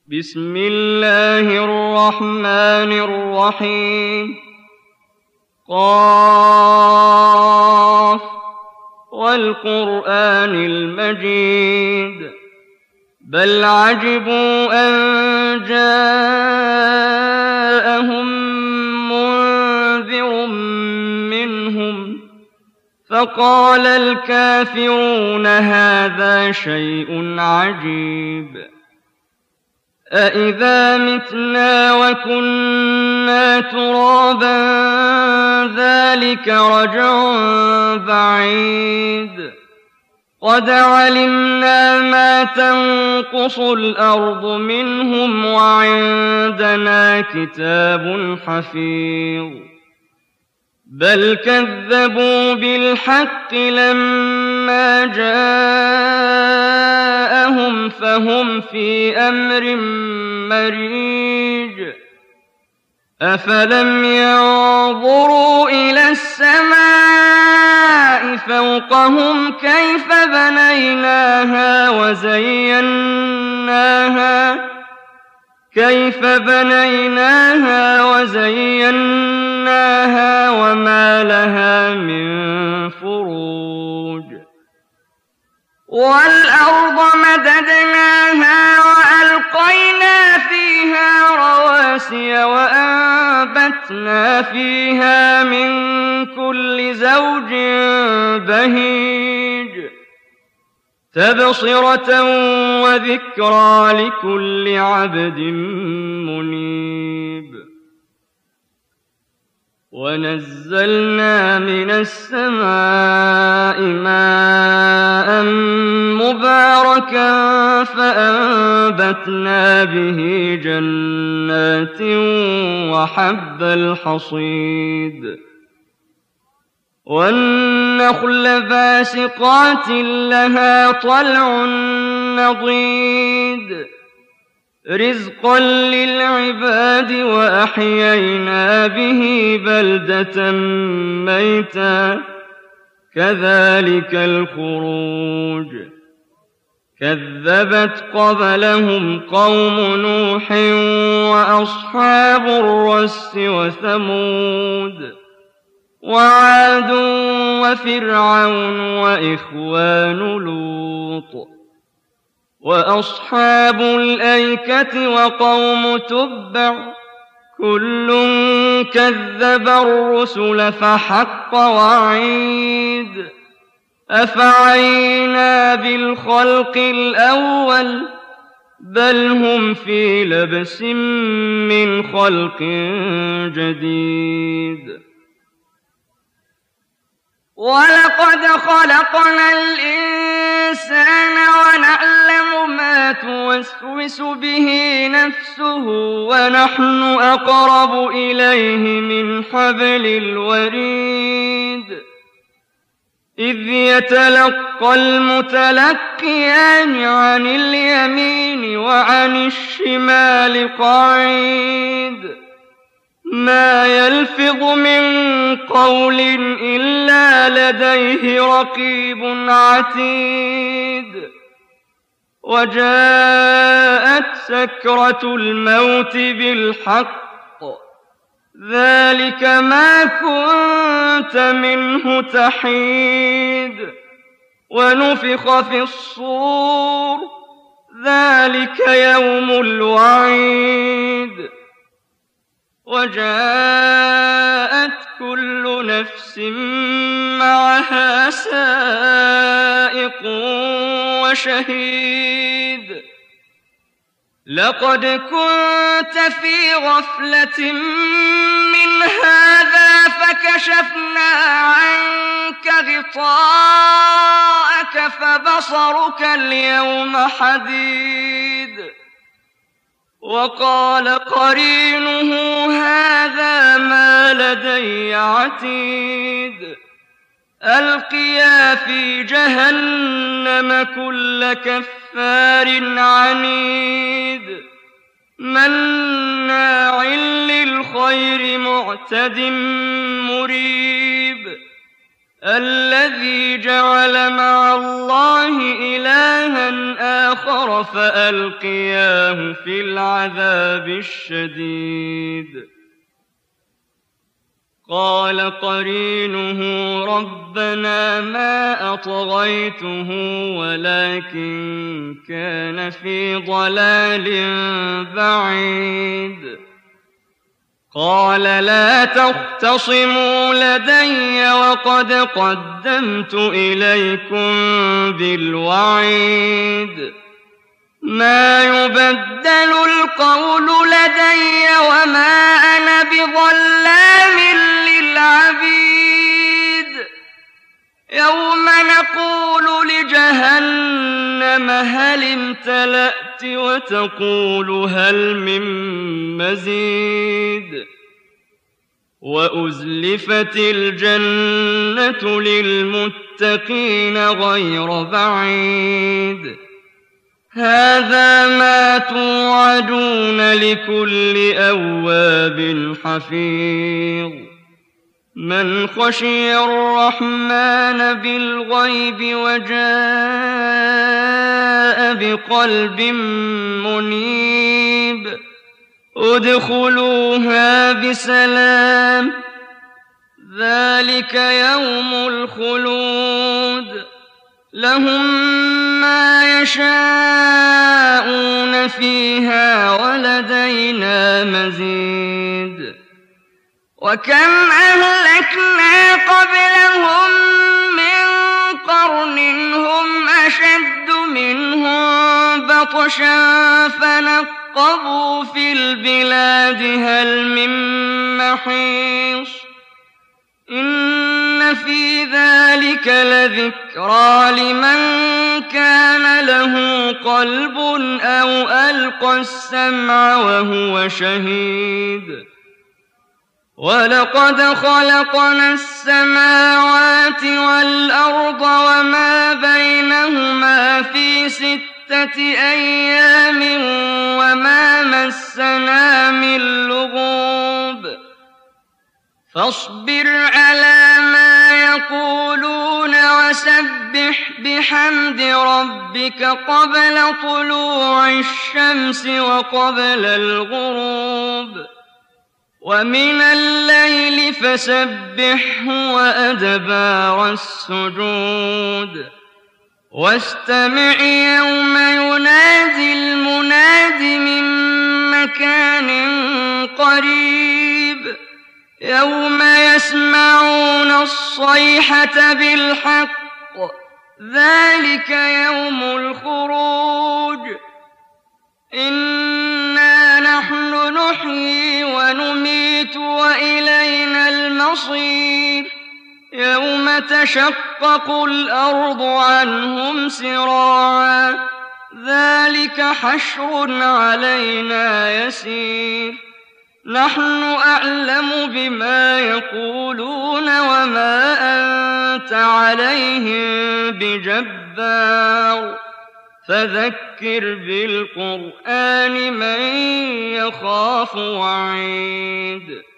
بسم الله الرحمن الرحيم قاف والقرآن المجيد بل عجبوا أن جاءهم منذر منهم فقال الكافرون هذا شيء عجيب أإذا متنا وكنا ترابا ذلك رجع بعيد قد علمنا ما تنقص الأرض منهم وعندنا كتاب حفيظ بل كذبوا بالحق لما جاءهم فهم في أمر مريج أفلم ينظروا إلى السماء فوقهم كيف بنيناها وزيناها وما لها من فروج والأرض مددناها وألقينا فيها رواسي وأنبتنا فيها من كل زوج بهيج تبصرة وذكرى لكل عبد منيب ونزلنا من السماء ماء مباركا فأنبتنا به جنات وحب الحصيد والنخل باسقات لها طلع نضيد رزقا للعباد وأحيينا به بلدة ميتا كذلك الخروج كذبت قبلهم قوم نوح وأصحاب الرس وثمود وعاد وفرعون وإخوان لوط وأصحاب الأيكة وقوم تبع كل كذب الرسل فحق وعيد أفعينا بالخلق الأول بل هم في لبس من خلق جديد ولقد خلقنا الإنسان ونعلم ما توسوس به نفسه ونحن أقرب إليه من حبل الوريد إذ يتلقى المتلقيان عن اليمين وعن الشمال قعيد ما يلفظ من قول إلا لديه رقيب عتيد وجاءت سكرة الموت بالحق ذلك ما كنت منه تحيد ونفخ في الصور ذلك يوم الوعيد وجاءت كل نفس معها سائق وشهيد لقد كنت في غفلة من هذا فكشفنا عنك غطاءك فبصرك اليوم حديد وقال قرينه هذا ما لدي عتيد ألقيا في جهنم كل كفار عنيد مناع للخير معتد مريب الذي جعل مع الله إلها آخر فألقياه في العذاب الشديد. قال قرينه ربنا ما أطغيته ولكن كان في ضلال بعيد. قال لا تختصموا لدي وقد قدمت إليكم بالوعيد. ما يبدل القول لدي وما أنا بظلام للعبيد. يوم نقول لجهنم هل امتلأت وتقول هل من مزيد. وأزلفت الجنة للمتقين غير بعيد. هذا ما توعدون لكل أواب حفيظ. من خشي الرحمن بالغيب وجاء بقلب منيب ادخلوها بسلام. ذلك يوم الخلود. لهم ما يشاءون فيها ولدينا مزيد. وكم أهلكنا قبلهم من قرن هم أشد منهم بطشا فنقبوا في البلاد هل من محيص. إن في ذلك لذكرى لمن كان له قلب أو ألقى السمع وهو شهيد. ولقد خلقنا السماوات والأرض وما بينهما في 6 أيام وما مسنا من لغوب. فاصبر على ما يقولون وسبح بحمد ربك قبل طلوع الشمس وقبل الغروب ومن الليل فسبحه وأدبار السجود. واستمع يوم ينادي المناد من مكان قريب. يوم يسمعون الصيحة بالحق. ذلك يوم الخروج. إنا نحن نحيي ونميت وإلينا المصير. يوم تشقق الأرض عنهم سراعا. ذلك حشر علينا يسير. نحن أعلم بما يقولون وما أنت عليهم بجبار. فذكر بالقرآن من يخاف وعيد.